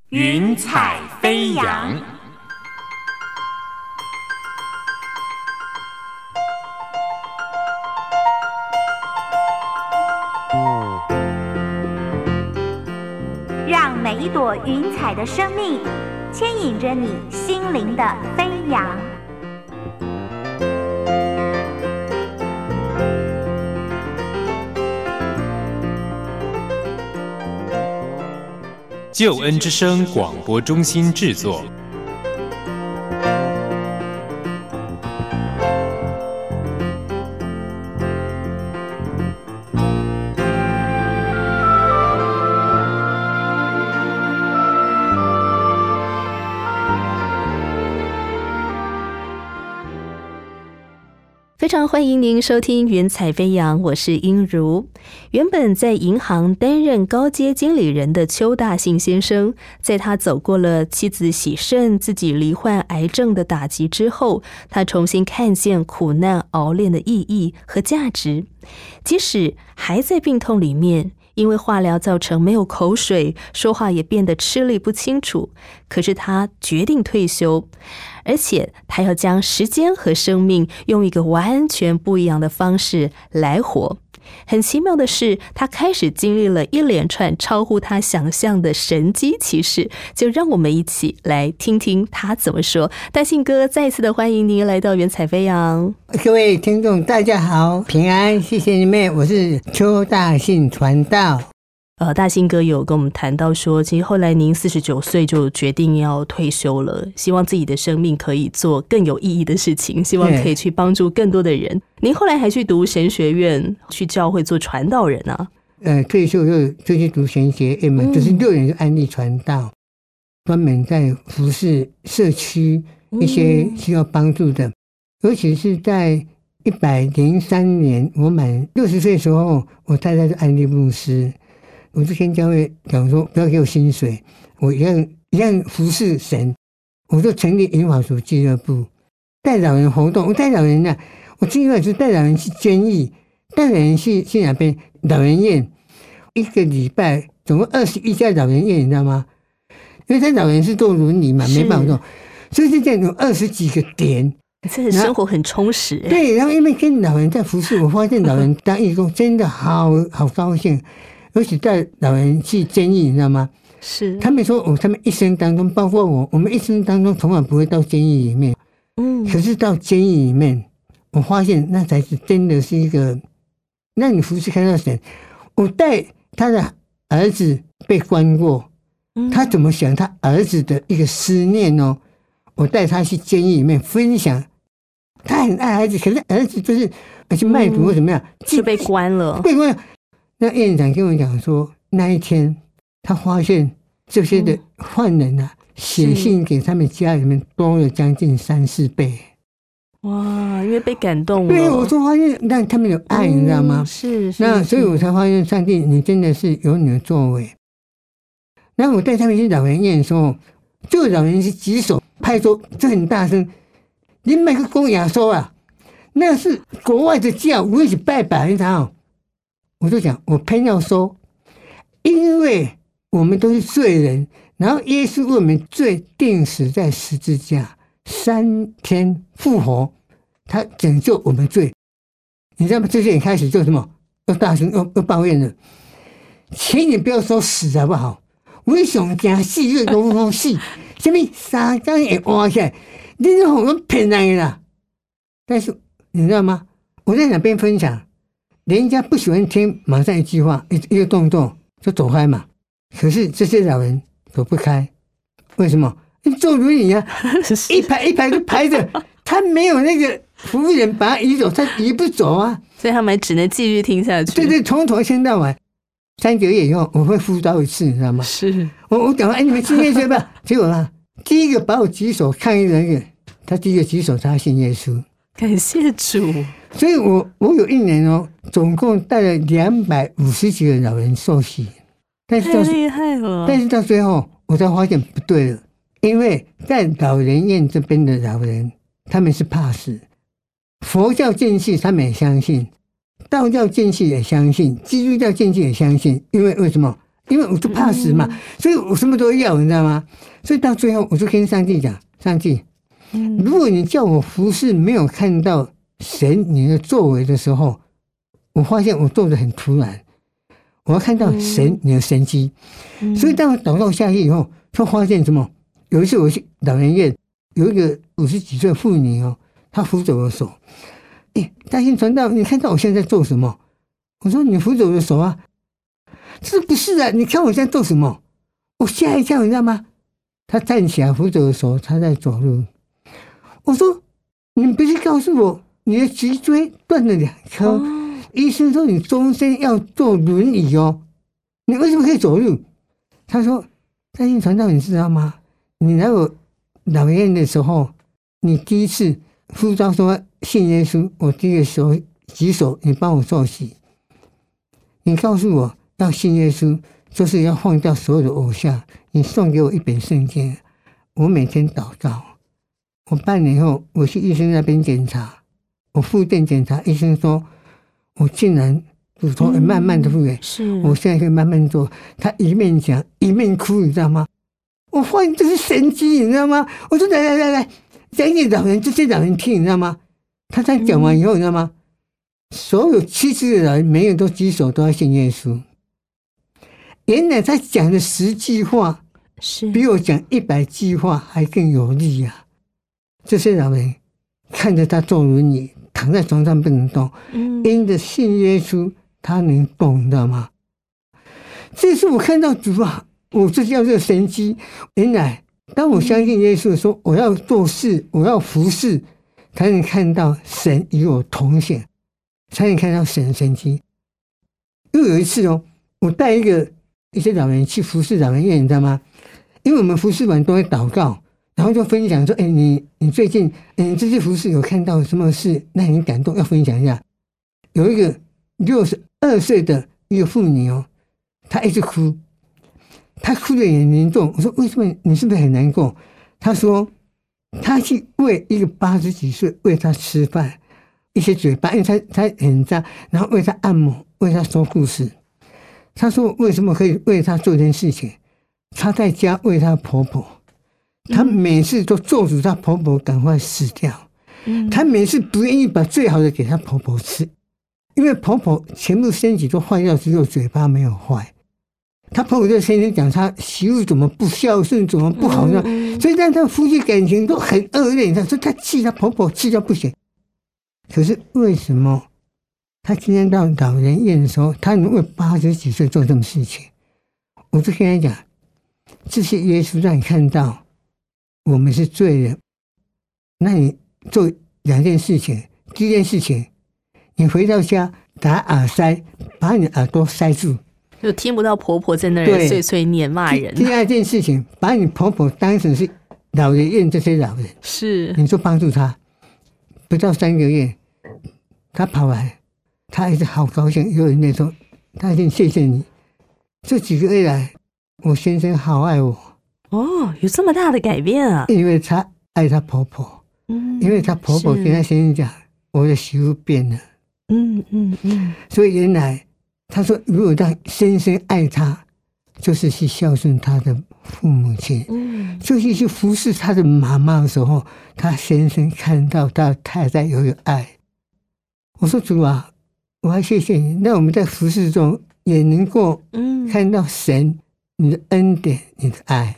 云彩飞扬。 让每一朵云彩的生命牵引着你心灵的飞扬。 救恩之声广播中心制作。 非常欢迎您收听云彩飞扬，我是英如。原本在银行担任高阶经理人的邱大信先生，在他走过了妻子洗肾、自己罹患癌症的打击之后，他重新看见苦难熬炼的意义和价值。即使还在病痛里面，因为化疗造成没有口水，说话也变得吃力不清楚，可是他决定退休，而且他要将时间和生命用一个完全不一样的方式来活。很奇妙的是，他开始经历了一连串超乎他想象的神迹奇事，就让我们一起来听听他怎么说。大信哥，再一次的欢迎您来到云彩飞扬。 各位听众大家好，平安，谢谢你们，我是邱大信传道。 大信哥有跟我们谈到说，其实后来您49岁就决定要退休了，希望自己的生命可以做更有意义的事情，希望可以去帮助更多的人。您后来还去读神学院，去教会做传道人啊？ 退休就去读神学院嘛，就是6年就安利传道，专门在服侍社区一些需要帮助的。尤其是在103年我满60岁的时候，我太太是安利牧师，我就跟教会讲说，不要给我薪水，我一样服侍神。我就成立银发族俱乐部，带老人活动。我带老人呢，我最主要是带老人去捐役，带老人去哪边？老人院，一个礼拜总共21家老人院，你知道吗？因为他老人是坐轮椅嘛，没办法动，所以就这样有20几个点。 这生活很充实。 对，然后因为跟老人在服侍，我发现老人当义工真的好高兴。尤其带老人去监狱，你知道吗？ 是， 他们说他们一生当中，包括我们一生当中从来不会到监狱里面。可是到监狱里面，我发现那才是真的是一个让你服侍看到神。我带他的儿子被关过，他怎么想他儿子的一个思念哦？我带他去监狱里面分享，他很爱孩子，可是儿子就是去卖毒或怎么样， 就被关了， 被关了。那院长跟我讲说，那一天他发现这些的犯人啊，写信给他们家里面多了将近3-4倍。 哇，因为被感动了。 对，我就发现让他们有爱，你知道吗？ 是。 那所以我才发现，上帝，你真的是有你的作为。然后我带他们去老人院的时候，就有老人去举手拍手，就很大声：“你买个公亚说啊，那是国外的教，我一起拜拜，你知道？”我就讲，我偏要说，因为我们都是罪人，然后耶稣为我们罪钉死在十字架，3天复活，他拯救我们罪。你知道吗？这些人开始做什么？又大声又抱怨了，请你不要说死好不好？我想惊死，越讲死，什么3天会活起来，你这好像骗人啦。但是你知道吗？我在哪边分享？人家不喜欢听，马上一句话，一个动作就走开嘛。可是这些老人走不开，为什么？坐轮椅啊，一排一排就排着，他没有那个服务员把他移走，他移不走啊， 所以他们只能继续听下去。 对，从头听到晚。3个月以后，我会辅导一次，你知道吗？ 是， 我讲你们信耶稣吧。结果呢，第一个把我举手抗议的那个，他第一个举手，他信耶稣。 感谢主。 所以我有1年哦，总共带了250几个老人受洗，太厉害了。 但是到最后我才发现不对了，因为在老人院这边的老人，他们是怕死，佛教进去他们也相信，道教进去也相信，基督教进去也相信，因为为什么？ 因为我就怕死嘛，所以我什么都要，你知道吗？所以到最后我就跟上帝讲，上帝，如果你叫我服侍没有看到神你的作为的时候，我发现我做的很突然，我要看到神你的神迹。所以当我祷告下去以后，就发现什么？有一次我去老人院，有一个50几岁妇女哦，她扶着我的手，大信传道，你看到我现在在做什么？我说你扶着我的手啊。这不是啊，你看我现在做什么？我吓一跳，你知道吗？他站起来扶着我的手，他在走路。我说你不是告诉我你的脊椎断了2颗，医生说你终身要坐轮椅哦，你为什么可以走路？他说大信传道，你知道吗？你来我老院的时候，你第一次呼召说信耶稣，我第一个手举手，你帮我受洗，你告诉我要信耶稣，就是要放掉所有的偶像。你送给我一本圣经，我每天祷告。我半年后，我去医生那边检查，我复健检查，医生说我竟然骨头慢慢的复原，我现在可以慢慢做。他一面讲一面哭，你知道吗？我发现这是神迹，你知道吗？我说来，讲给老人，这些老人听，你知道吗？他才讲完以后，你知道吗？所有70个老人，每个人都举手，都要信耶稣。原来他讲的10句话，是比我讲100句话还更有力啊！这些老人看着他坐轮椅，躺在床上不能动，因着信耶稣，他能动，你知道吗？这是我看到主啊，我这叫做神迹。原来当我相信耶稣的时候，我要做事，我要服侍，才能看到神与我同行，才能看到神的神迹。又有一次哦，我带一些老人去服侍老人院，你知道吗？因为我们服侍完都会祷告，然后就分享说：“你最近这些服侍有看到什么事，那你感动要分享一下。”有一个62岁的一个妇女哦，她一直哭，她哭得很严重。我说：“为什么？你是不是很难过？”她说：“她去喂一个80几岁喂她吃饭，一些嘴巴，因为她很脏，然后喂她按摩，喂她说故事。”她说：“为什么可以为她做这件事情？她在家为她婆婆，她每次都做主她婆婆赶快死掉。她每次不愿意把最好的给她婆婆吃，因为婆婆全部身体都坏掉，只有嘴巴没有坏。她婆婆就天天讲她媳妇怎么不孝顺，怎么不好呢？所以让她夫妻感情都很恶劣。她说她气她婆婆气到不行。可是为什么？”他今天到老人院的时候，他能为80几岁做这种事情，我就跟他讲，这些耶稣让你看到我们是罪人，那你做2件事情。第一件事情，你回到家打耳塞，把你耳朵塞住， 就听不到婆婆在那儿碎碎念骂人。 第2件事情，把你婆婆当成是老人院这些老人， 是你就帮助她。不到3个月，她跑来。他一直好高兴，有人说：“他一定谢谢你，这几个月来，我先生好爱我。” 哦，有这么大的改变啊！ 因为他爱他婆婆，因为他婆婆跟他先生讲：“我的媳妇变了。”所以原来他说，如果让先生爱他，就是去孝顺他的父母亲，就是去服侍他的妈妈的时候，他先生看到他太太有爱。我说：“主啊，我要谢谢你，让我们在服事中也能够看到神你的恩典，你的爱。”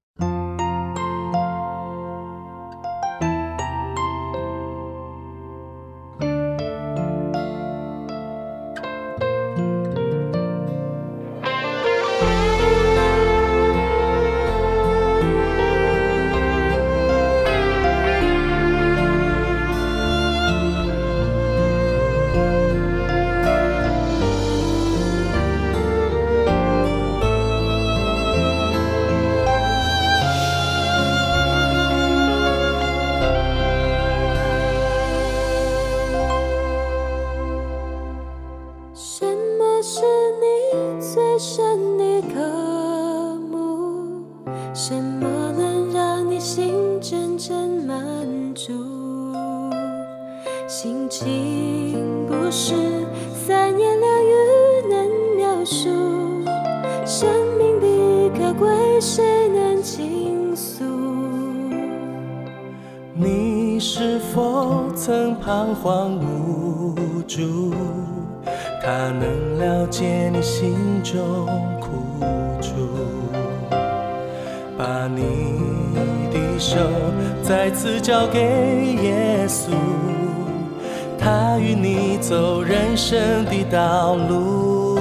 心情不是3言2语能描述。 是否曾彷徨无助？他能了解你心中苦楚，把你的手再次交给耶稣，他与你走人生的道路。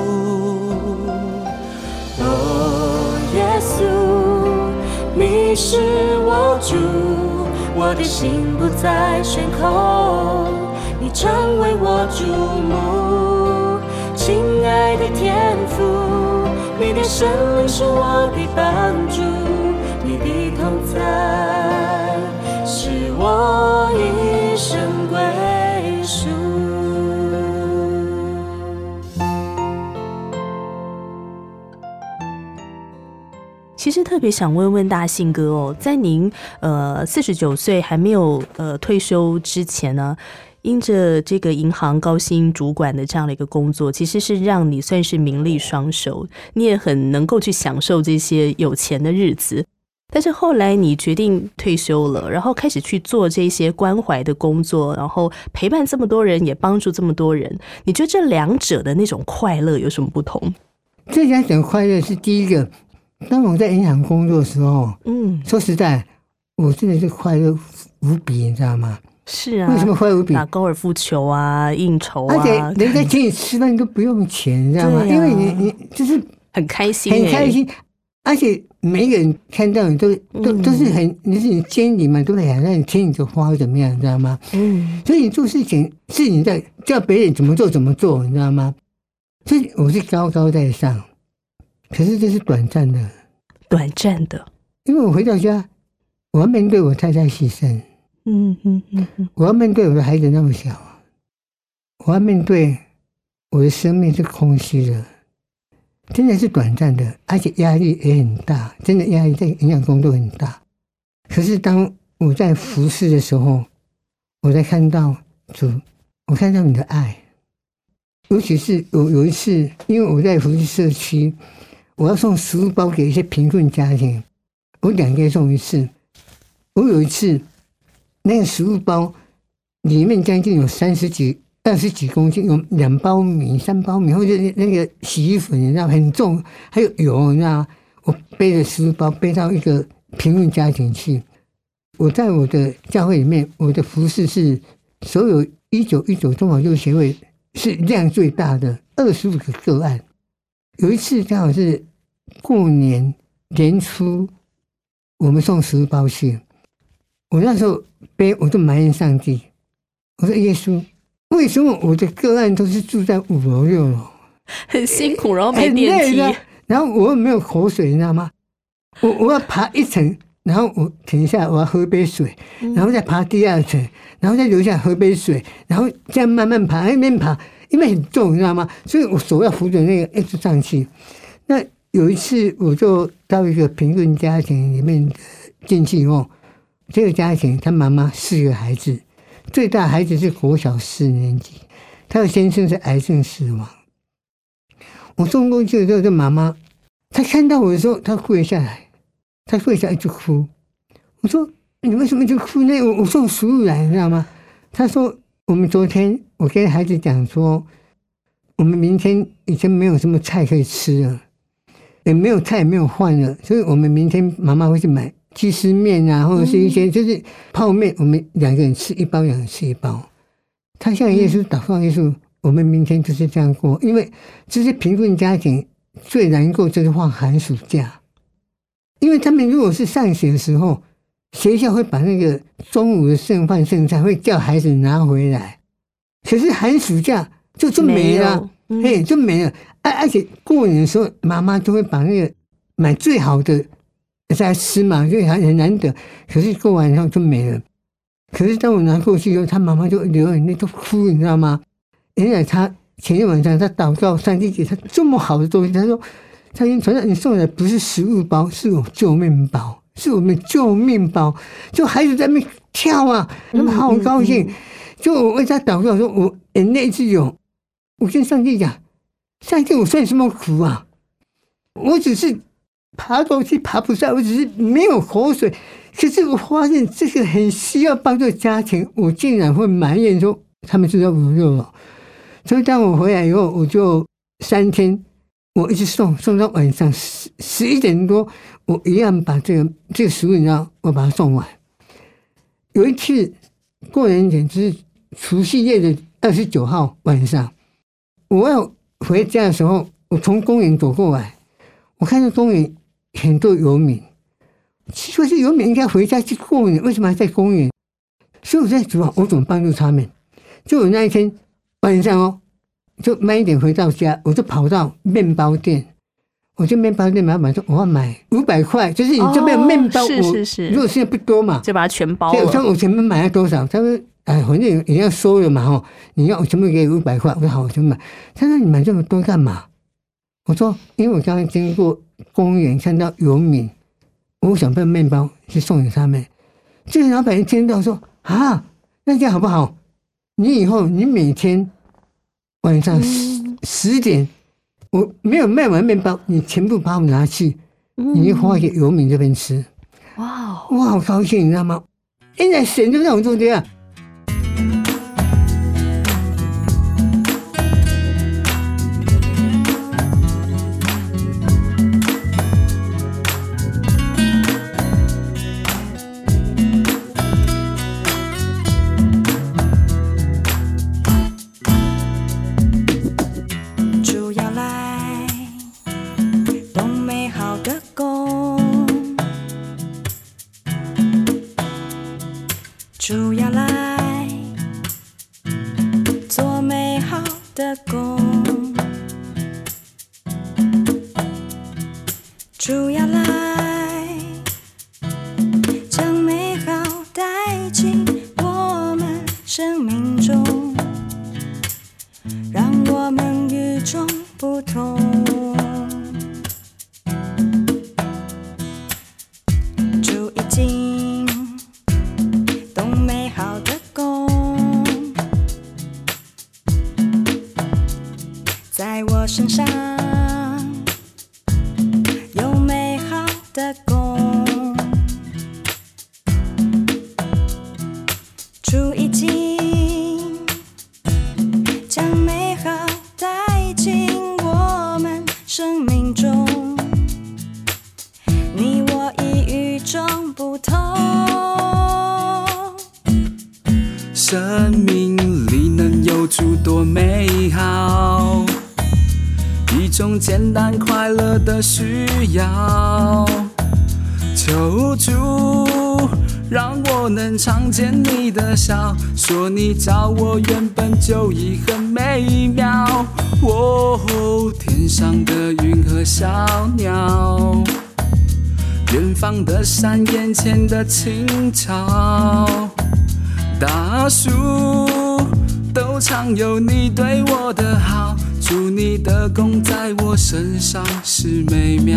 哦，耶稣，你是我主，我的心不再悬空，你成为我主目，亲爱的天父，你的圣灵是我的帮助，你的同在是我一生归属。 其实特别想问问大信哥哦，在您49岁还没有退休之前呢，因着这个银行高薪主管的这样的一个工作，其实是让你算是名利双收，你也很能够去享受这些有钱的日子。但是后来你决定退休了，然后开始去做这些关怀的工作，然后陪伴这么多人，也帮助这么多人，你觉得这两者的那种快乐有什么不同？ 这两种快乐是第一个，当我在银行工作的时候，说实在，我真的是快乐无比，你知道吗？ 是啊， 为什么快乐无比？ 打高尔夫球啊，应酬啊， 而且人家请你吃饭都不用钱，你知道吗？因为你就是很开心， 很开心，而且每一个人看到你都是很，你是你监理嘛，都会想让你听你的话怎么样，你知道吗？所以你做事情是你在叫别人怎么做怎么做，你知道吗？所以我是高高在上，可是这是短暂的，因为我回到家，我要面对我太太牺牲，我要面对我的孩子那么小，我要面对我的生命是空虚的，真的是短暂的，而且压力也很大，真的压力在营养工作很大。可是当我在服侍的时候，我在看到主，我看到你的爱，尤其是有一次，因为我在服侍社区，我要送食物包给一些贫困家庭，我2个月送一次。我有一次，那个食物包里面将近有20几公斤，有2包米、3包米，或者那个洗衣粉，你知道很重，还有油，你知道吗？我背着食物包背到一个贫困家庭去。我在我的教会里面，我的服事是所有1919中华救协会是量最大的，25个个案。有一次刚好是过年年初，我们送食物包去。我那时候背，我就埋怨上帝，我说耶稣，为什么我的个案都是住在5楼6楼， 很辛苦，然后没电梯， 然后我又没有口水，你知道吗？我要爬1层，然后我停下来，我要喝杯水，然后再爬第2层，然后再留下喝杯水，然后这样慢慢爬，一边爬，因为很重，你知道吗？所以我手要扶着那个一直上去。那有一次，我就到一个贫困家庭里面进去以后，这个家庭他妈妈4个孩子，最大孩子是国小4年级，他的先生是癌症死亡。我送过去的时候，这妈妈她看到我的时候，她跪下来，一直哭。我说你为什么就哭呢？我送食物来，你知道吗？她说我们昨天我跟孩子讲说，我们明天已经没有什么菜可以吃了，也没有菜也没有饭了，所以我们明天妈妈会去买鸡丝面啊，或者是一些就是泡面，我们2个人吃1包，2个人吃1包。他向耶稣祷告，耶稣，我们明天就是这样过，因为这些贫困家庭最难过就是放寒暑假，因为他们如果是上学的时候，学校会把那个中午的剩饭剩菜会叫孩子拿回来，可是寒暑假就没了，就没了。而且过年的时候，妈妈就会把那个买最好的在吃嘛，所以很难得。可是过完以后就没了。可是当我拿过去以后，他妈妈就流眼泪，就哭，你知道吗？原来他前一晚上他祷告上帝给他这么好的东西，他说：“他传长，你送的不是食物包，是我救命包，是我们救命包。”就孩子在那边跳啊，他们好高兴。就我为他祷告说，我眼泪是有。我跟上帝讲，上帝，我算什么苦啊？我只是爬楼梯爬不上，我只是没有口水， 可是我发现这个很需要帮助的家庭，我竟然会埋怨说他们知道我肉了。所以当我回来以后，我就3天，我一直送到晚上11点多，我一样把这个食物，你知道，我把它送完。有一次过年前，就是除夕夜的29号晚上，我要回家的时候，我从公园走过来，我看到公园很多游民，说是游民应该回家去过年，为什么还在公园？所以我在主我怎么帮助他们？就我那一天晚上就慢一点回到家，我就跑到面包店，我去面包店买说我要买500块，就是你这边面包， 是， 如果现在不多嘛， 就把它全包了。 对，我前面买了多少？他说反正也要收了嘛你要我全部给500块，我说好，我就买。他说你买这么多干嘛？我说因为我刚刚经过公园看到游民，我想把面包去送给他们。这个老板一听到说啊，那这样好不好？你以后你每天晚上10点，我没有卖完面包，你全部把我拿去，你就花给游民这边吃。哇，我好高兴，你知道吗？现在神就让我做这样。 主要来做美好的工，主要来将美好带进我们生命中，让我们与众不同。主已经动美好的工，在我身上有美好的工，主已经将美好带进我们生命中，你我已与众不同。 生命里能有诸多美好，一种简单快乐的需要。求主让我能常见你的笑，说你造我原本就已很美妙。天上的云和小鸟，远方的山，眼前的青草，大树都常有你对我的好，祝你的功在我身上是美妙。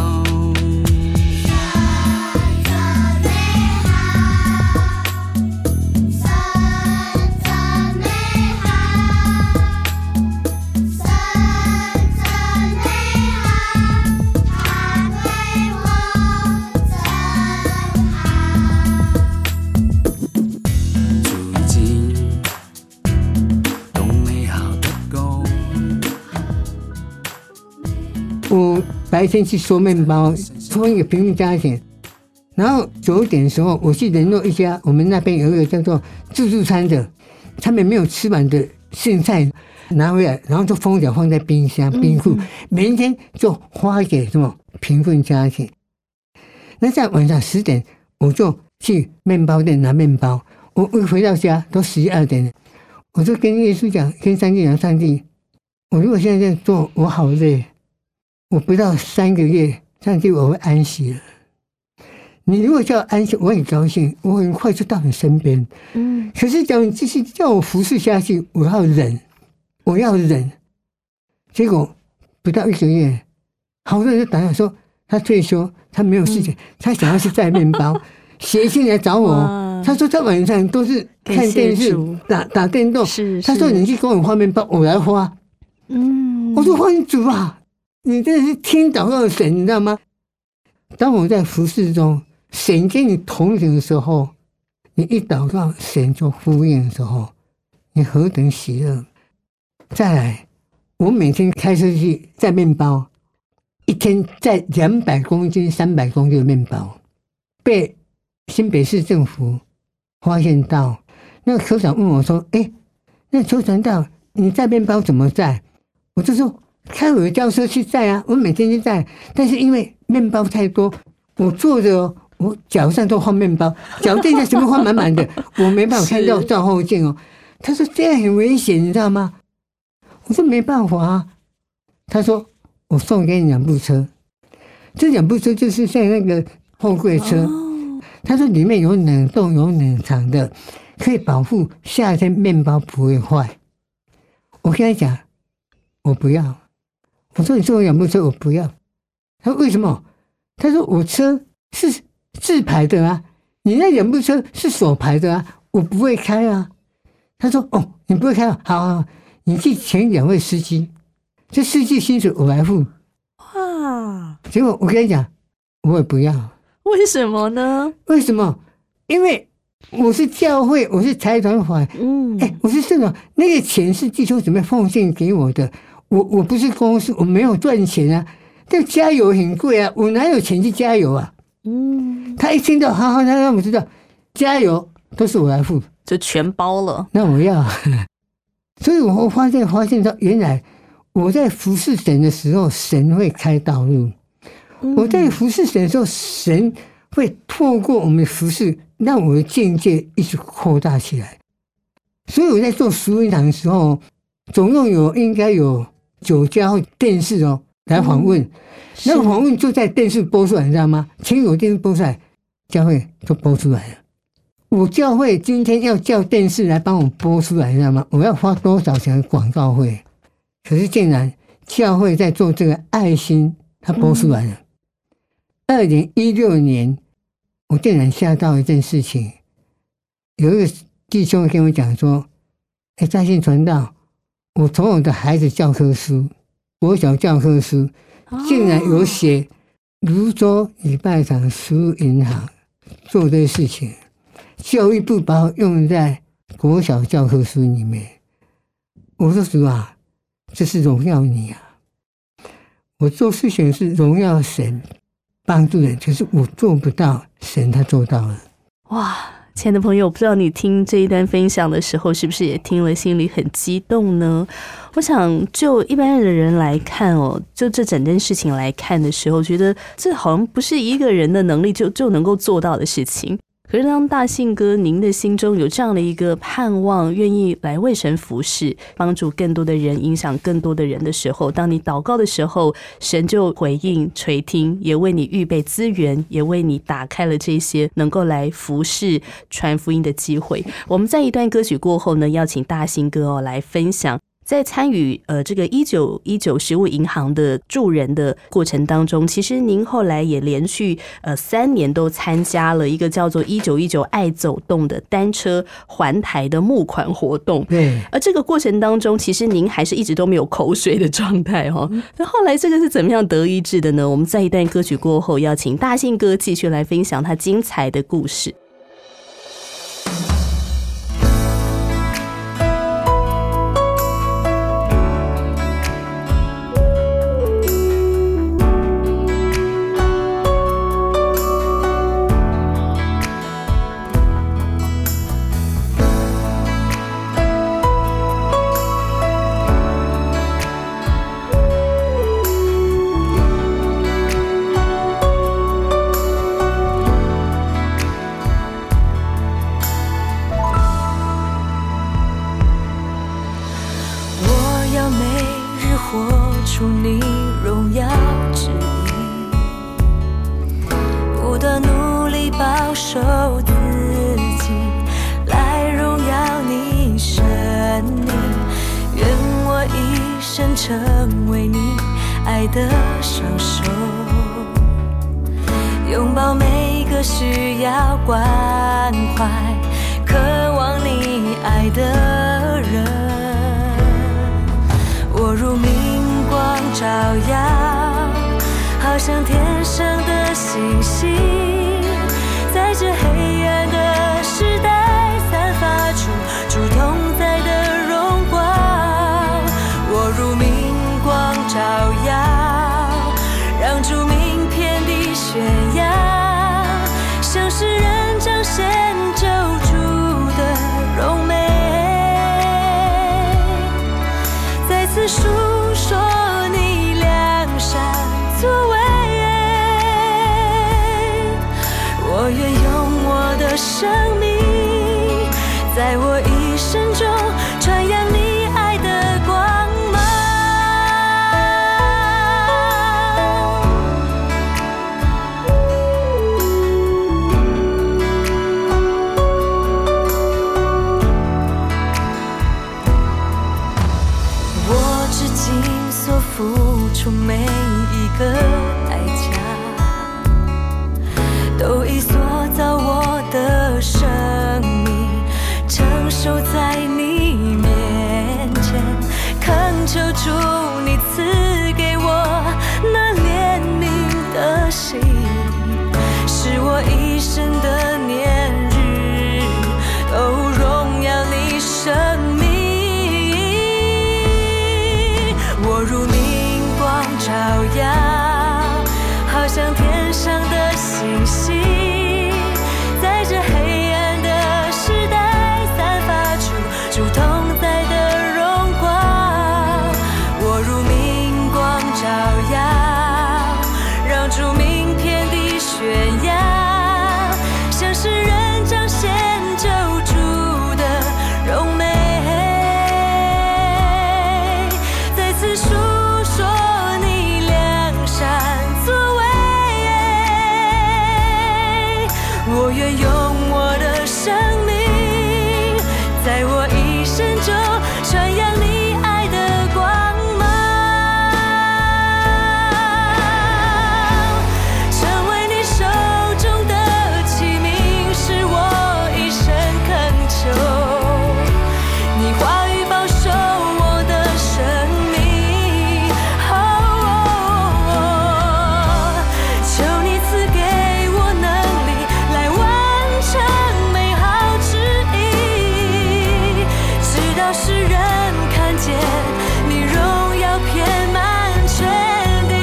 我白天去收面包，收一个贫困家庭，然后9点的时候，我去联络一家，我们那边有一个叫做自助餐的，他们没有吃完的剩菜拿回来，然后就封条放在冰箱冰库，每一天就发给什么贫困家庭。那在晚上10点，我就去面包店拿面包，我回到家都12点了，我就跟耶稣讲，跟上帝讲，上帝，我如果现在这样做，我好累。我不到3个月，上帝我会安息了。你如果叫我安息，我很高兴，我很快就到你身边。可是讲你继续叫我服侍下去，我要忍，我要忍。结果不到1个月，好多人就打电话说他退休，他没有事情，他想要去载面包，写信来找我。他说他晚上都是看电视、打电动。他说你去跟我发面包，我来发。我说欢迎主啊！你真的是听祷告的神，你知道吗？当我在服事中， 神跟你同行的时候，你一祷告，神就呼应的时候，你何等喜乐！再来，我每天开车去载面包，一天载200公斤、300公斤的面包，被新北市政府发现到，那个科长问我说：“那邱传道，你载面包怎么载？”我就说：“开我的轿车去载啊，我每天去载。但是因为面包太多，我坐着我脚上都放面包，脚垫下全部放满满的，我没办法看到照后镜哦。”他说：“这样很危险，你知道吗？”我说：“没办法啊。”他说：“我送给你2部车，这2部车就是像那个货柜车。他说里面有冷冻有冷藏的，可以保护夏天面包不会坏。”我跟他讲，我不要。我说：“你送我2部车，我不要。”他说：“为什么？”他说：“我车是自排的啊，你那2部车是手排的啊，我不会开啊。”他说：“哦，你不会开啊？好，你去请2位司机，这司机薪水我来付。”哇！结果我跟你讲，我也不要。 为什么呢？ 为什么？因为我是教会，我是财团法，我是社长，那个钱是弟兄姊妹奉献给我的，我不是公司，我没有赚钱啊。这加油很贵啊，我哪有钱去加油啊？他一听到，好，他让我知道，加油都是我来付， 就全包了。 那我要，所以我发现到，原来我在服侍神的时候，神会开道路。我在服侍神的时候，神会透过我们服侍，让我的境界一直扩大起来。所以我在做福音堂的时候，总共应该有9家电视来访问，那个访问就在电视播出来，你知道吗？亲友电视播出来，教会就播出来了。我教会今天要叫电视来帮我播出来，你知道吗？我要花多少钱的广告费？可是竟然教会在做这个爱心，它播出来了。2016年，我竟然吓到一件事情，有一个弟兄跟我讲说：“在线传道，我从我的孩子教科书，国小教科书，竟然有写泸州礼拜堂食物银行做这些事情，教育部把我用在国小教科书里面。”我说：“主啊，这是荣耀你啊！我做事情是荣耀神。”帮助人，可是我做不到，神他做到了。 哇，亲爱的朋友，不知道你听这一段分享的时候，是不是也听了心里很激动呢？我想就一般的人来看就这整件事情来看的时候，觉得这好像不是一个人的能力就能够做到的事情。可是当大信哥您的心中有这样的一个盼望，愿意来为神服侍，帮助更多的人，影响更多的人的时候，当你祷告的时候，神就回应垂听，也为你预备资源，也为你打开了这些能够来服侍传福音的机会。我们在一段歌曲过后呢，邀请大信哥来分享在参与这个1919食物银行的助人的过程当中，其实您后来也连续3年都参加了一个叫做1919爱走动的单车环台的募款活动。 对， 而这个过程当中，其实您还是一直都没有口水的状态那后来这个是怎么样得医治的呢？我们在一段歌曲过后，邀请大信哥继续来分享他精彩的故事。 成为你爱的双手，拥抱每个需要关怀、渴望你爱的人。我如明光照耀，好像天上的星星， 我愿用我的生命，在我一生中传扬你爱的光芒。我至今所付出每一个代价，都已塑造我的生命，承受在你面前，恳求主你赐给我那怜悯的心，使我一生的年日都荣耀你生命。我如明光照耀，好像天上的星星，在这黑暗的时代散发出主同在的荣光。我如明光照耀，让主名遍地宣扬，向世人彰显救主的荣美，再次述说你良善作为。我愿用我的生命，在我一生中传扬你爱的光芒，成为你手中的器皿，是我一生恳求。你话语保守我的生命，求你赐给我能力来完成美好旨意，直到世人看见你荣耀遍满全地。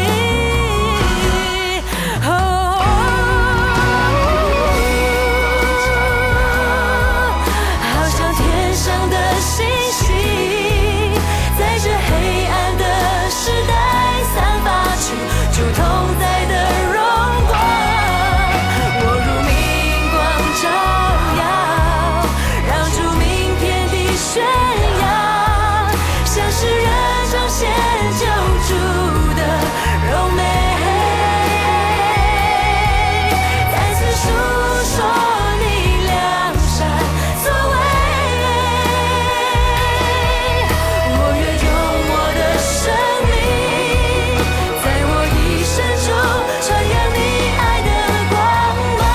好像天上的星星，在这黑暗的时代散发出主同在的荣光。我如明光照耀，让主名遍地宣扬，向世人彰显救主的荣美，再次述说你良善作为。我愿用我的生命，在我一生中传扬你爱的光芒。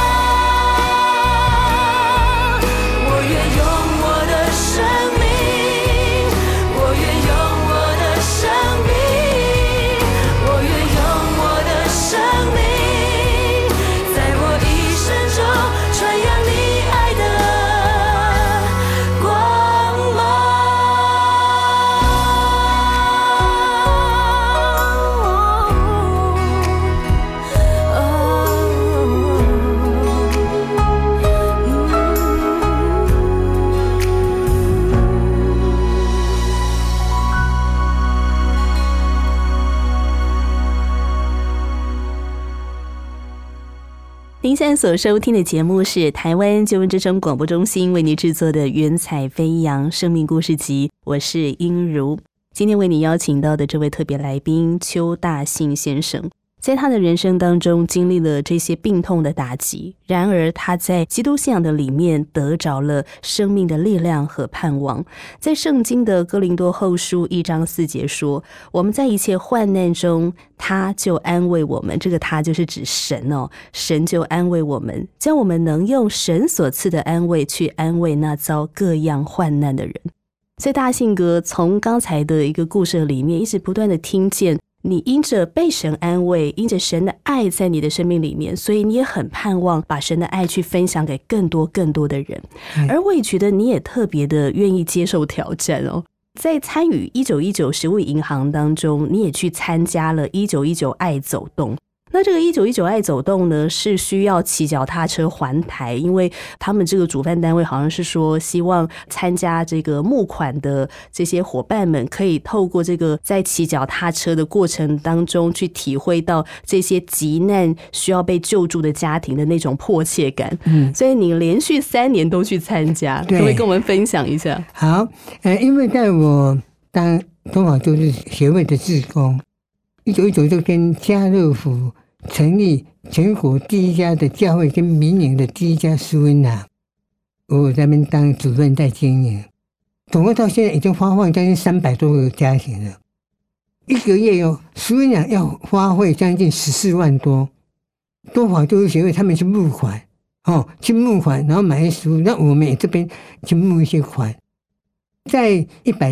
我愿用我的生命，我愿用我的生命，我愿用我的生命，在我一生中传扬你爱的光芒。 您现在所收听的节目是台湾救恩之声广播中心为您制作的《云彩飞扬生命故事集》，我是英如。今天为你邀请到的这位特别来宾邱大信先生，在他的人生当中经历了这些病痛的打击，然而他在基督信仰的里面得着了生命的力量和盼望。在圣经的哥林多后书1章4节说，我们在一切患难中他就安慰我们，这个他就是指神哦，神就安慰我们，叫我们能用神所赐的安慰去安慰那遭各样患难的人。所以大信哥从刚才的一个故事里面一直不断的听见你因着被神安慰，因着神的爱在你的生命里面，所以你也很盼望把神的爱去分享给更多更多的人。而我也觉得你也特别的愿意接受挑战哦。在参与1919食物银行当中，你也去参加了1919爱走动。 那这个1919爱走动呢，是需要骑脚踏车环台，因为他们这个主办单位好像是说，希望参加这个募款的这些伙伴们，可以透过这个在骑脚踏车的过程当中，去体会到这些急难需要被救助的家庭的那种迫切感。所以你连续3年都去参加，可不可以跟我们分享一下？ 好，因为在我当中华救助协会的志工，1919就跟家乐福成立全国第一家的教会跟民营的第一家施温堂，我在那边当主任在经营，总共到现在已经发放将近300多个家庭了。一个月施温堂要花费将近14万多，中华救助协会他们去募款，去募款，然后买一些食物，那我们也这边去募一些款。在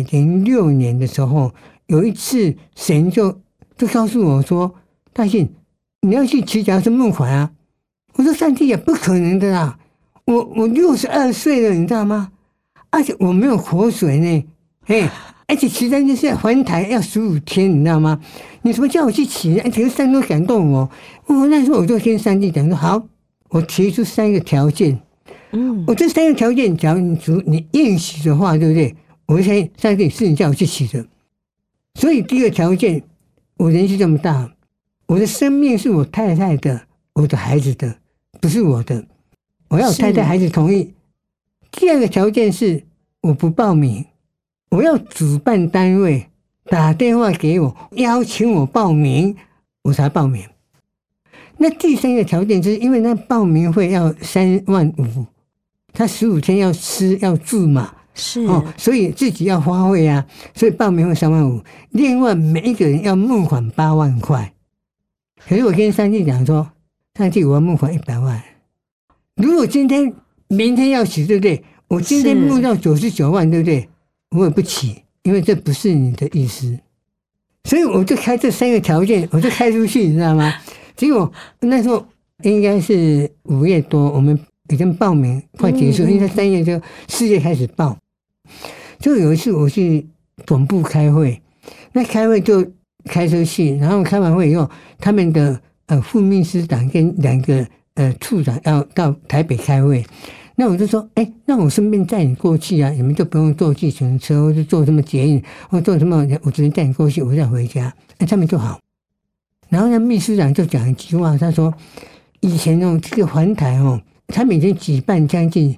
106年的时候，有一次神就告诉我说：“大信，你要去骑脚踏车募款啊！”我说：“上帝也不可能的啦，我62岁了，你知道吗？而且我没有活水呢，而且骑单车是环台要15天，你知道吗？你怎么叫我去骑？而且上帝感动我。那时候我就跟上帝讲说：好，我提出3个条件。我这3个条件，假如你应许的话，对不对？我相信上帝是你叫我去骑的。所以第一个条件，我人是这么大，我的生命是我太太的，我的孩子的，不是我的。我要我太太孩子同意。第二个条件是我不报名，我要主办单位打电话给我，邀请我报名，我才报名。那第3个条件就是因为那报名费要3万5，他15天要吃要住嘛， 是所以自己要花费啊，所以报名费3万5，另外每一个人要募款8万块。可是我跟上帝讲说，上帝我要募款100万，如果明天要起，对不对？我今天募到99万，对不对？我也不起，因为这不是你的意思。所以我就开这3个条件，我就开出去，你知道吗？结果那时候应该是5月多，我们已经报名快结束，因为3月就4月开始报。就有一次我去总部开会，那开会就开车去，然后开完会以后，他们的副秘书长跟2个处长要到台北开会，那我就说，那我顺便载你过去啊，你们就不用坐计程车或者坐什么捷运或做什么，我直接载你过去，我再回家，他们就好。然后那秘书长就讲一句话，他说：“以前这个环台他们已经举办将近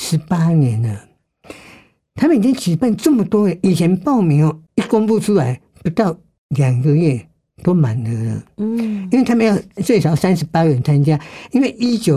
18年了，他们已经举办这么多了。以前报名一公布出来，不到2个月都满了。因为他们要最少38个人参加，因为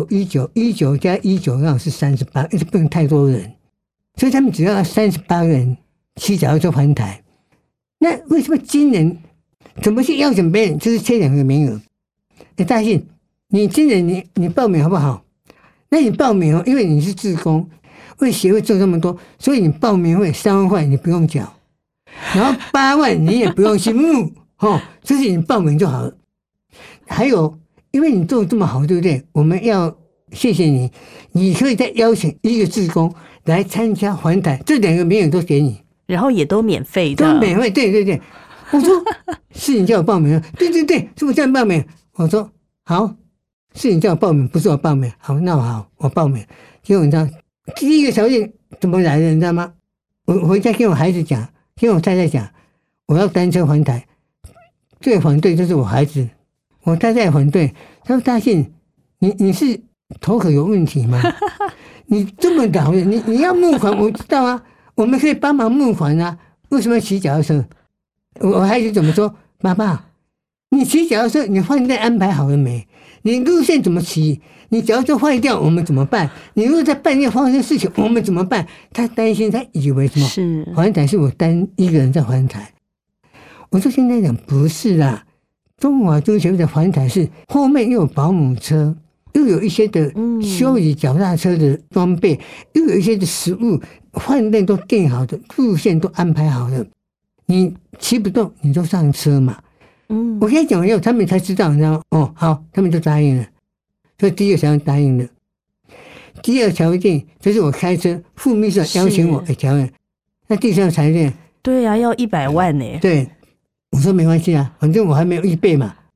19加19刚好是38，而且不能太多人，所以他们只要38个人骑脚踏车环台。那为什么今年？”怎么去邀请别人？就是缺2个名额。大信，你今年你报名好不好？那你报名因为你是志工，为协会做这么多，所以你报名费3万块你不用缴，然后8万你也不用去募，就是你报名就好了。还有，因为你做这么好，对不对？我们要谢谢你，你可以再邀请1个志工来参加环台，这2个名额都给你， 然后也都免费的， 都免费，对对对。我说是你叫我报名，对对对，是我叫你报名。我说好，是你叫我报名，不是我报名。好，那好，我报名。结果你知道第一个条件怎么来的，你知道吗？我回家跟我孩子讲，跟我太太讲，我要单车环台，最反对就是我孩子，我太太反对。他说：“大信，你是头壳有问题吗？你这么老了，你要募款，我知道啊，我们可以帮忙募款啊，为什么要骑脚踏车？”我孩子怎么说？爸爸，你骑脚踏车，你饭店安排好了没？你路线怎么骑？你脚踏车坏掉，我们怎么办？你如果在半夜发生事情，我们怎么办？他担心，他以为什么？ 是环台是我单一个人在环台。我说现在讲不是啦，中华救助协会的环台是后面又有保姆车，又有一些的修理脚踏车的装备，又有一些的食物，饭店都订好的，路线都安排好的。你骑不动，你就上车嘛。我跟你讲以后，他们才知道，你知道吗？好，他们就答应了。所以第一个条件答应了。第二个条件就是我开车，副秘书长邀请我条件。那第三个条件， 对啊，要100万呢。 对，我说没关系啊，反正我还没有预备嘛。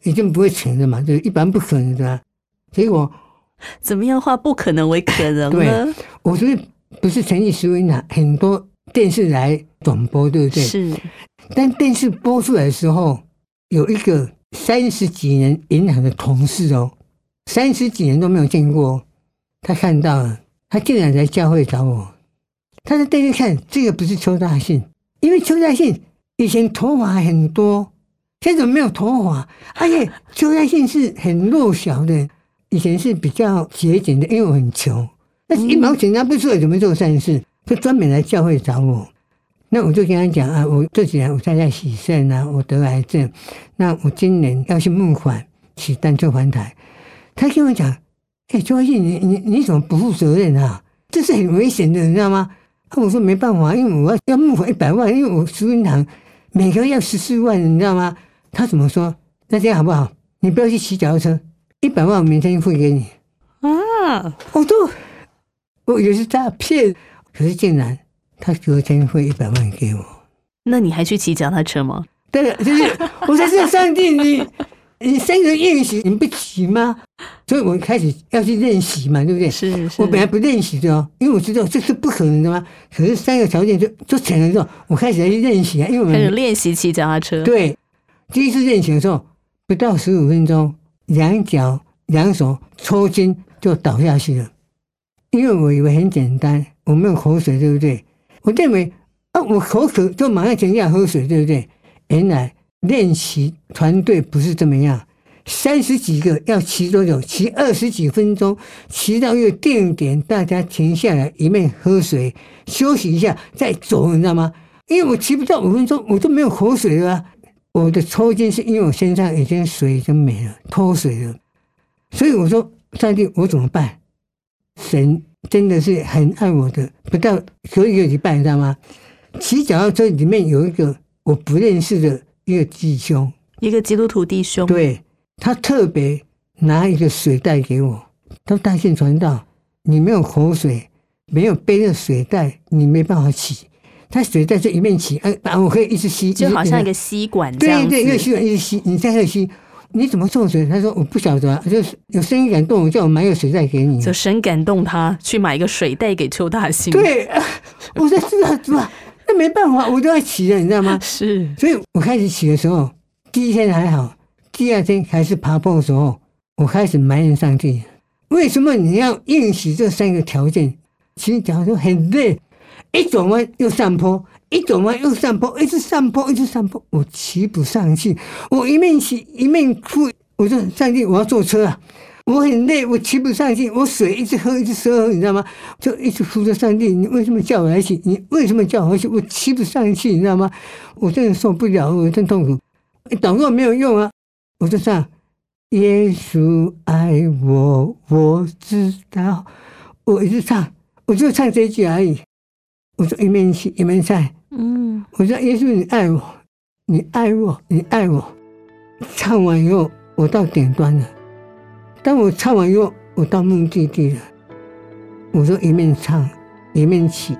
已经不会成了嘛，对，一般不可能的。结果怎么样化不可能为可能呢？ 对，我觉得不是成立10五年，很多电视来转播，对不对？ 是。 但电视播出来的时候，有一个30几年银行的同事哦，30几年都没有见过，他看到了，他竟然来教会找我。他在电视看，这个不是邱大信，因为邱大信以前头发很多，现在怎么没有头发？而且邱大信是很弱小的，以前是比较节俭的，因为我很穷，但是1毛钱拿不出来，怎么做善事？就专门来教会找我。那我就跟他讲啊，我这几年我在洗肾啊，我得癌症，那我今年要去募款起单车环台。他跟我讲，邱大信，你怎么不负责任啊？这是很危险的，你知道吗？我说没办法，因为我要募款100万，因为我食物银行每个月要14万，你知道吗？他怎么说？那这样好不好？你不要去骑脚踏车，100万我明天汇给你啊！我以为是诈骗，可是竟然他隔天汇100万给我。 那你还去骑脚踏车吗？ 对了，就是我才是上帝，你3个练习，你不骑吗？所以我开始要去练习嘛，对不对？ 是。 我本来不练习的哦，因为我知道这是不可能的嘛。可是3个条件就成了之后，我开始要去练习啊，因为我们开始练习骑脚踏车。 对，第一次练习的时候，不到15分钟，2脚2手抽筋就倒下去了。因为我以为很简单，我没有口水，对不对？我认为我口渴就马上停下喝水，对不对？原来练习团队不是这么样，30几个要骑多久？骑20几分钟，骑到一个定点，大家停下来，一面喝水，休息一下再走，你知道吗？因为我骑不到5分钟，我都没有口水了啊。我的抽筋是因为我身上已经水已经没了，脱水了。所以我说，上帝，我怎么办？神真的是很爱我的，不到隔1个礼拜，你知道吗？骑脚踏车里面有一个我不认识的一个弟兄， 一个基督徒弟兄， 对，他特别拿一个水袋给我，他说大信传道，你没有口水，没有背着水袋，你没办法骑。他水袋就一面骑，我可以一直吸， 就好像一个吸管这样子。 对，一个吸管一直吸，你在那吸。你怎么送水？他说我不晓得啊，就是有声音感动我，叫我买个水袋给你。 就神感动他去买一个水袋给邱大信。 对，我说是啊，主啊，那没办法，我都要骑了，你知道吗？ 是， 所以我开始骑的时候，第1天还好，第2天开始爬坡的时候，我开始埋怨上帝，为什么你要应许这3个条件？骑脚踏车很累，一转弯又上坡。一走完又上坡，一直上坡，我骑不上去。我一面骑一面哭，我说上帝，我要坐车啊！我很累，我骑不上去，我水一直喝，你知道吗？就一直哭着上帝，你为什么叫我来骑？你为什么叫我来骑？我骑不上去，你知道吗？我真的受不了，我真痛苦。祷告没有用啊！我就唱耶稣爱我，我知道。我一直唱，我就唱这句而已。我说一面骑一面唱。我说耶稣，你爱我，你爱我，你爱我。唱完以后，我到顶端了。当我唱完以后，我到目的地了。我说一面唱一面骑。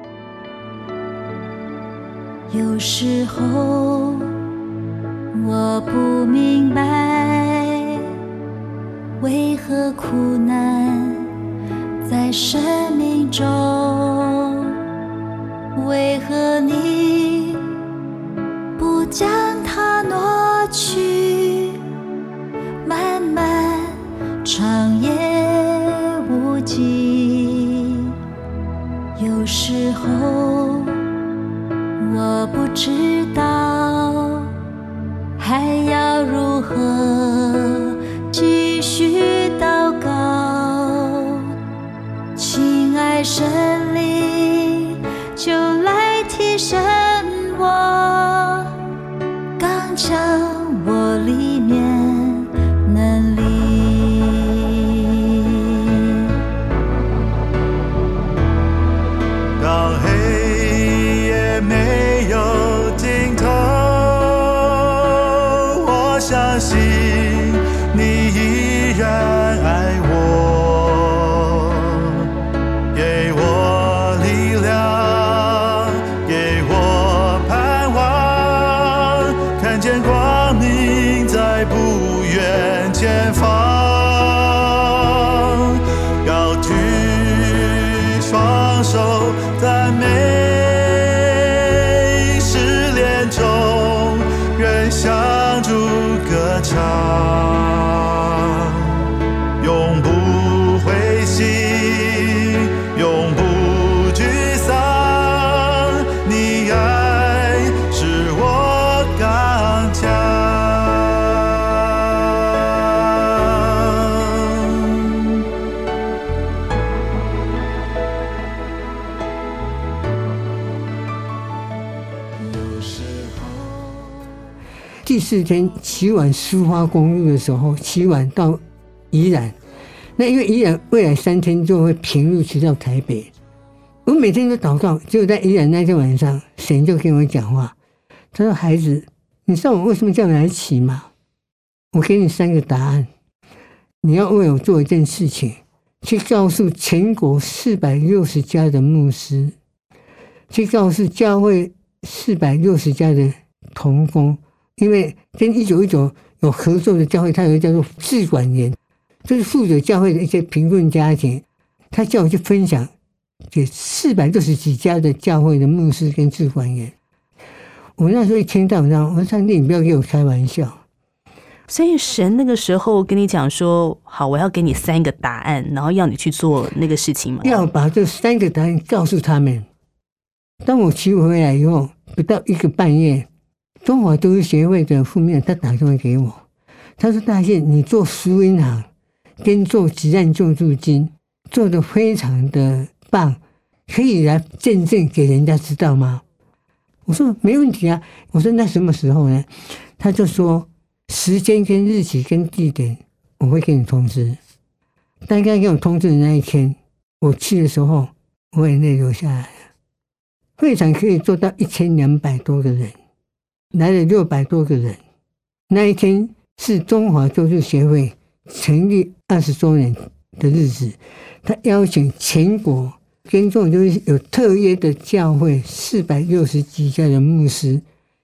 有时候我不明白，为何苦难在生命中，为何你不将它挪去？漫漫长夜无际，有时候我不知道还要如何继续祷告。亲爱神灵，就来提升我，刚强我里面能力。 当黑夜没有尽头，我相信你依然爱我，给我力量，给我盼望，看见光赞美，失恋中仍向主歌唱，永不灰心，永不沮丧，你爱使我刚强。 第4天骑往苏花公路的时候，骑完到宜兰，那因为宜兰未来3天就会平路骑到台北，我每天都祷告，结果在宜兰那天晚上，神就跟我讲话，他说：“孩子，你知道我为什么叫你来骑吗？我给你3个答案，你要为我做一件事情，去告诉全国460家的牧师，去告诉教会460家的同工。”因为跟1919有合作的教会，它有一个叫做志管员，就是负责教会的一些贫困家庭，他叫我去分享给460几家的教会的牧师跟志管员。我那时候一听到，我说：“上帝，你不要给我开玩笑。” 所以神那个时候跟你讲说：“好，我要给你3个答案，然后要你去做那个事情吗？” 要把这3个答案告诉他们。当我骑回来以后，不到1个半月，中华都市协会的副秘书长他打电话给我，他说：“大宪，你做福音行跟做急难救助金做得非常的棒，可以来见证给人家知道吗？”我说：“没问题啊。”我说：“那什么时候呢？”他就说：“时间跟日期跟地点我会给你通知。”大概给我通知的那一天，我去的时候我眼泪流下来了。会场可以坐到1200多个人，来了600多个人。那一天是中华救助协会成立20周年的日子，他邀请全国跟中华救助有特约的教会460几家的牧师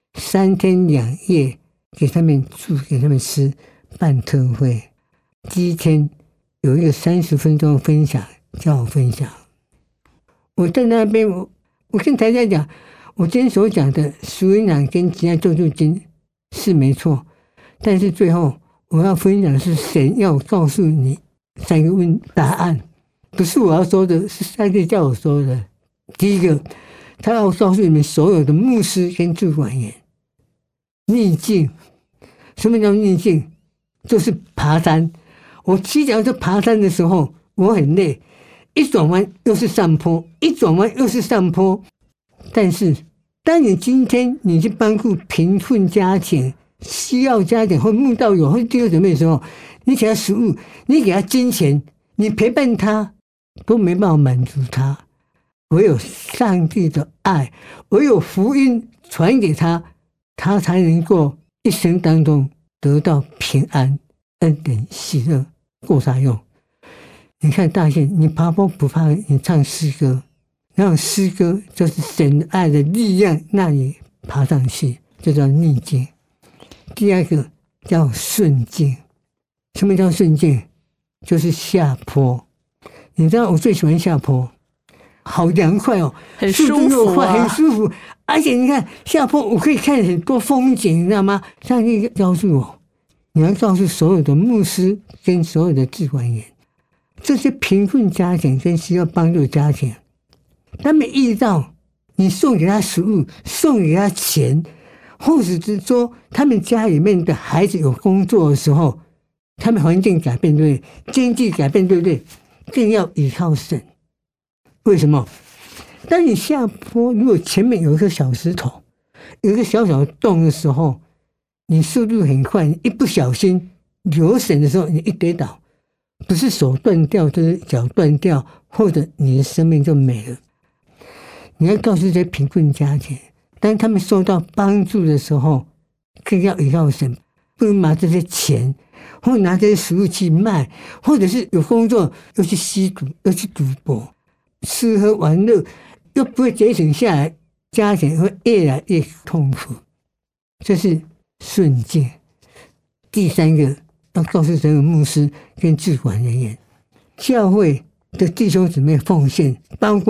，3天2夜给他们住给他们吃，办特会。第一天有一个30分钟的分享，叫我分享。我在那边我跟大家讲，我今天所讲的福音堂跟急难救助金是没错，但是最后我要分享的是神要告诉你3个答案，不是我要说的，是上帝叫我说的。第一个，他要告诉你们所有的牧师跟主管员，逆境。什么叫逆境？就是爬山。我骑脚车爬山的时候，我很累，一转弯又是上坡，一转弯又是上坡。但是当你今天你去帮助贫困家庭、需要家庭或慕道友或弟兄姊妹的时候，你给他食物，你给他金钱，你陪伴他，都没办法满足他。唯有上帝的爱，唯有福音传给他，他才能够一生当中得到平安、恩典、喜乐。够啥用？你看大宪，你爬坡不怕，你唱诗歌，然后诗歌就是神爱的力量，让你爬上去，这叫逆境。第二个叫顺境。什么叫顺境？就是下坡。你知道我最喜欢下坡，好凉快哦， 很舒服很舒服。而且你看下坡，我可以看很多风景，你知道吗？上帝告诉我，你要告诉所有的牧师跟所有的志管员，这些贫困家庭跟需要帮助的家庭，他们遇到你送给他食物，送给他钱，或者是说他们家里面的孩子有工作的时候，他们环境改变，对不对？经济改变，对不对？更要依靠神。为什么？当你下坡，如果前面有一个小石头，有一个小小的洞的时候，你速度很快，你一不小心留神的时候，你一跌倒，不是手断掉就是脚断掉，或者你的生命就没了。你要告诉这些贫困家庭，当他们受到帮助的时候，更要依靠神，不能拿这些钱或拿这些食物去卖，或者是有工作又去吸毒，又去赌博，吃喝玩乐又不会节省下来，家庭会越来越痛苦。这是顺境。第三个要告诉所有牧师跟志管人员，教会的弟兄姊妹奉献，包括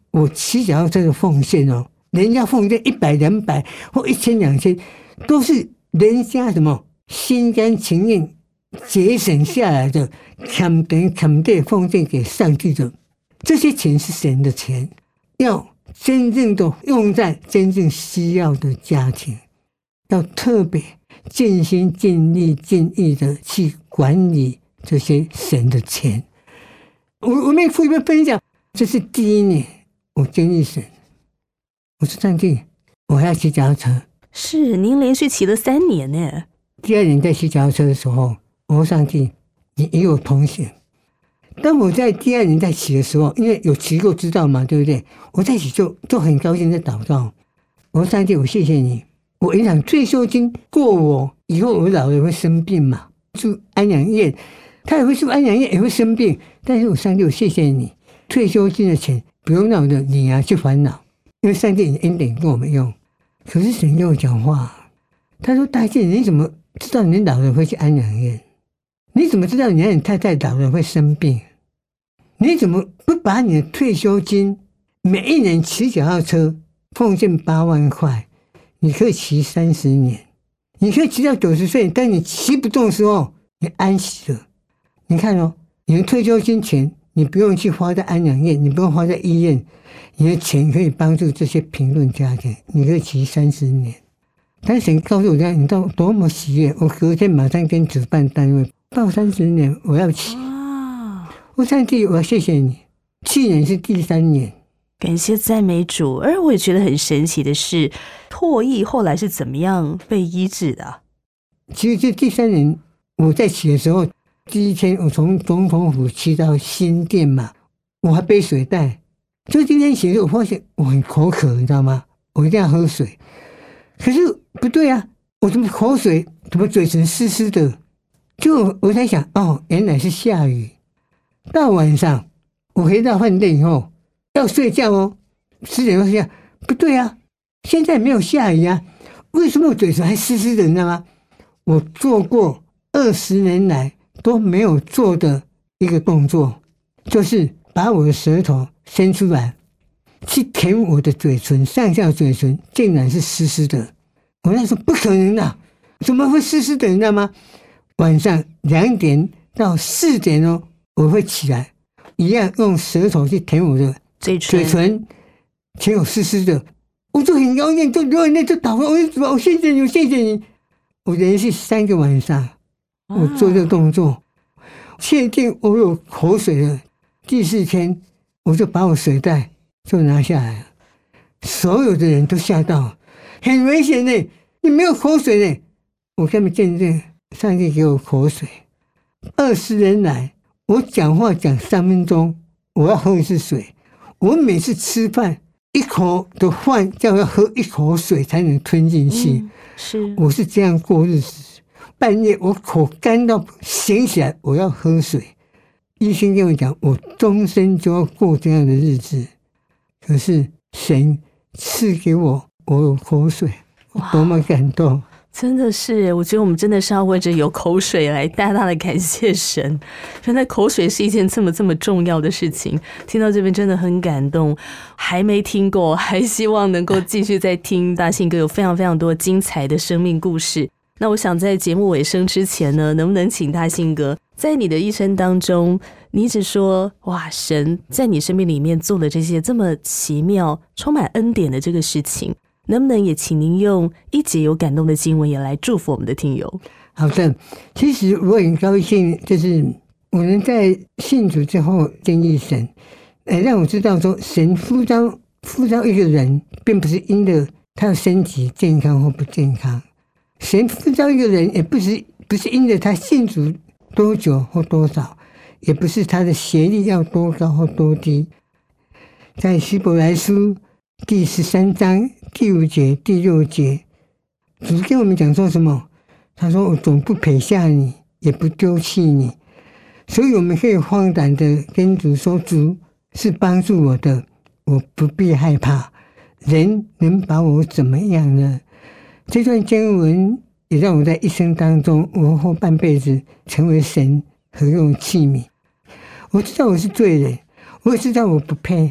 我骑脚踏车的奉献哦，人家奉献100、200或1000、2000，都是人家什么心甘情愿节省下来的，砍地奉献给上帝的。这些钱是神的钱，要真正的用在真正需要的家庭，要特别尽心尽力尽意的去管理这些神的钱。我们父母分享，这是第1年我经历神，我说上帝，我还要骑脚踏车。 是您连续骑了3年呢。 第2年在骑脚踏车的时候，我说上帝，你与我同行。当我在第2年在骑的时候，因为有骑过知道嘛，对不对？我在骑就很高兴，在祷告。我说上帝，我谢谢你，我影响退休金过我以后，我老了会生病嘛，住安养院，他也会住安养院，也会生病。但是我上帝，我谢谢你，退休金的钱不用让我的女儿去烦恼，因为上帝恩典跟我们用。可是神跟我讲话，他说：“大健，你怎么知道你老了会去安养院？你怎么知道你和你太太老了会生病？你怎么不把你的退休金每1年骑脚踏车奉献8万块？你可以骑30年，你可以骑到90岁，但你骑不动的时候，你安息了。你看哦，你的退休金钱，你不用去花在安养院，你不用花在医院，你的钱可以帮助这些贫困家庭，你可以骑30年。但神告诉我你到多么喜悦，我隔天马上跟主办单位报30年，我要骑。我上帝，我谢谢你。去年是第3年， 感谢赞美主。而我也觉得很神奇的是，唾液后来是怎么样被医治的？ 其实第3年我在骑的时候，第1天我从总统府骑到新店嘛，我还背水袋。就今天骑的时候，我发现我很口渴，你知道吗？我一定要喝水。可是不对啊，我怎么口水，怎么嘴唇湿湿的？就我在想，哦，原来是下雨。到晚上我回到饭店以后要睡觉哦，10点多睡觉，不对啊，现在没有下雨啊，为什么我嘴唇还湿湿的？你知道吗？我做过20年来都没有做的一个动作，就是把我的舌头伸出来去舔我的嘴唇，上下嘴唇竟然是湿湿的。我那时候不可能的，怎么会湿湿的？你知道吗？晚上2点到4点哦，我会起来，一样用舌头去舔我的嘴唇，舔我湿湿的，我就很高兴，就流眼泪，就祷告，我谢谢你，我谢谢你。我连续3个晚上，我做这个动作，确定我有口水了。第4天，我就把我水袋就拿下来了，所有的人都吓到，很危险呢，你没有口水呢。我跟他们见证，上帝给我口水。20年来，我讲话讲3分钟，我要喝1次水。我每次吃饭，1口的饭就要喝1口水才能吞进去。 是， 我是这样过日子。半夜我口干到醒起来，我要喝水。医生跟我讲，我终身就要过这样的日子。可是神赐给我有口水，我多么感动！ 真的是，我觉得我们真的是要为着有口水来大大的感谢神。原来口水是一件这么重要的事情，听到这边真的很感动。还没听过，还希望能够继续再听大信哥有非常非常多精彩的生命故事。那我想在节目尾声之前呢，能不能请大信哥在你的一生当中，你一直说哇，神在你生命里面做了这些这么奇妙充满恩典的这个事情，能不能也请您用一节有感动的经文也来祝福我们的听友？ 好的，其实我很高兴，就是我能在信主之后经历神，让我知道说神呼召一个人，并不是因着他的身体健康或不健康，神呼召一个人也不是因着他信主多久或多少，也不是他的学历要多高或多低。在希伯来书第13章第5节第6节，主跟我们讲说什么？他说我总不撇下你，也不丢弃你。所以我们可以放胆的跟主说，主是帮助我的，我不必害怕，人能把我怎么样呢？这段经文也让我在一生当中，我后半辈子成为神合用器皿。我知道我是罪人，我也知道我不配，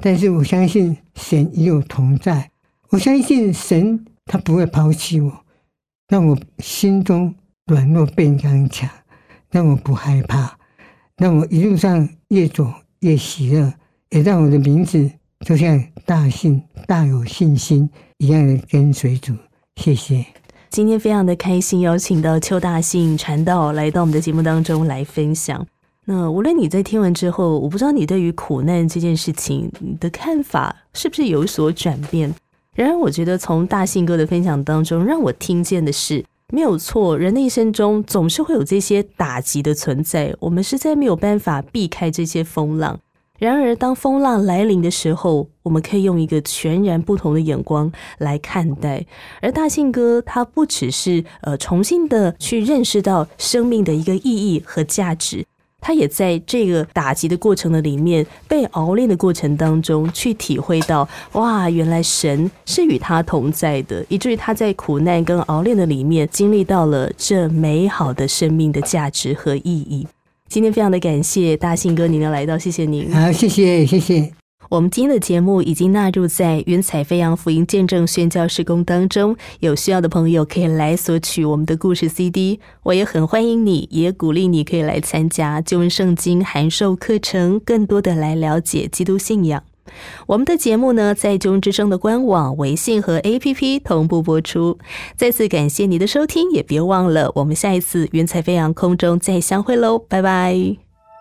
但是我相信神与我同在，我相信神他不会抛弃我，让我心中软弱变刚强，让我不害怕，让我一路上越走越喜乐，也让我的名字就像大信大有信心一样的跟随主。谢谢。 今天非常的开心，邀请到邱大信传道来到我们的节目当中来分享。那无论你在听完之后，我不知道你对于苦难这件事情你的看法是不是有所转变。然而我觉得从大信哥的分享当中让我听见的是，没有错，人的一生中总是会有这些打击的存在，我们实在没有办法避开这些风浪。然而当风浪来临的时候，我们可以用一个全然不同的眼光来看待。而大信哥他不只是重新的去认识到生命的一个意义和价值，他也在这个打击的过程的里面，被熬炼的过程当中去体会到，哇，原来神是与他同在的，以至于他在苦难跟熬炼的里面经历到了这美好的生命的价值和意义。今天非常的感谢大信哥您的来到，谢谢您。 好，谢谢谢谢。 我们今天的节目已经纳入在云彩飞扬福音见证宣教事工当中，有需要的朋友可以来索取我们的故事 CD。 我也很欢迎你，也鼓励你可以来参加救恩圣经函授课程，更多的来了解基督信仰。我们的节目呢，在救恩之声的官网、微信和 APP 同步播出。再次感谢你的收听，也别忘了我们下一次云彩飞扬空中再相会喽，拜拜。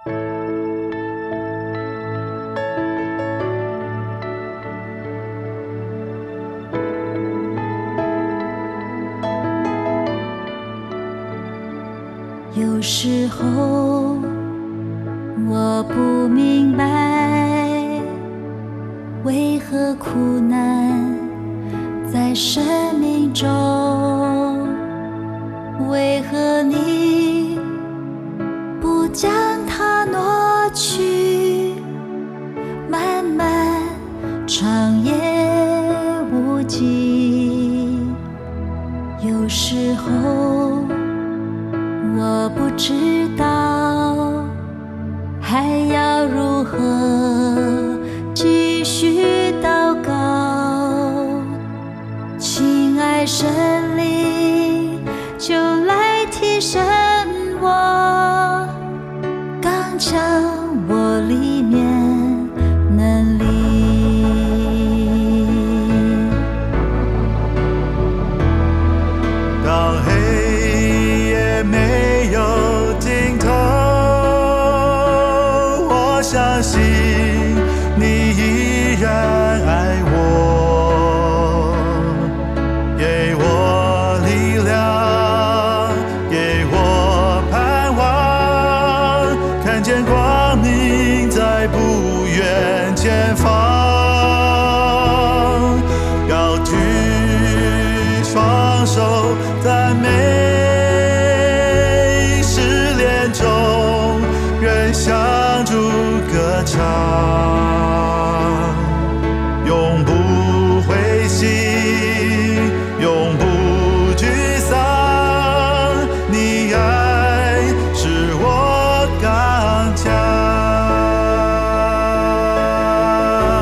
有时候我不明白，为何苦难在生命中，为何你不将它挪去，漫漫长夜无际。有时候我不知道还要如何继续祷告，亲爱神灵就来提升我，刚强我里面能力。 当黑夜没有尽头，我相信你依然爱我，给我力量，给我盼望，看见光明在不远前方，高举双手赞美，失恋中仍向主歌唱，永不灰心，永不沮丧，你爱使我刚强。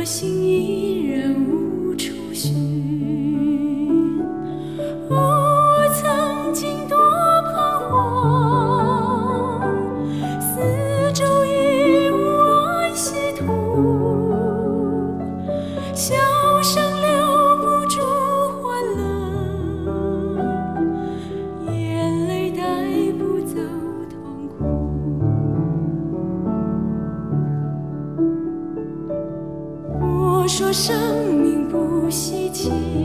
心依然无处寻。我曾经多彷徨，四周已无安息土，笑声留不住欢乐，眼泪带不走痛苦。我说生命不稀奇，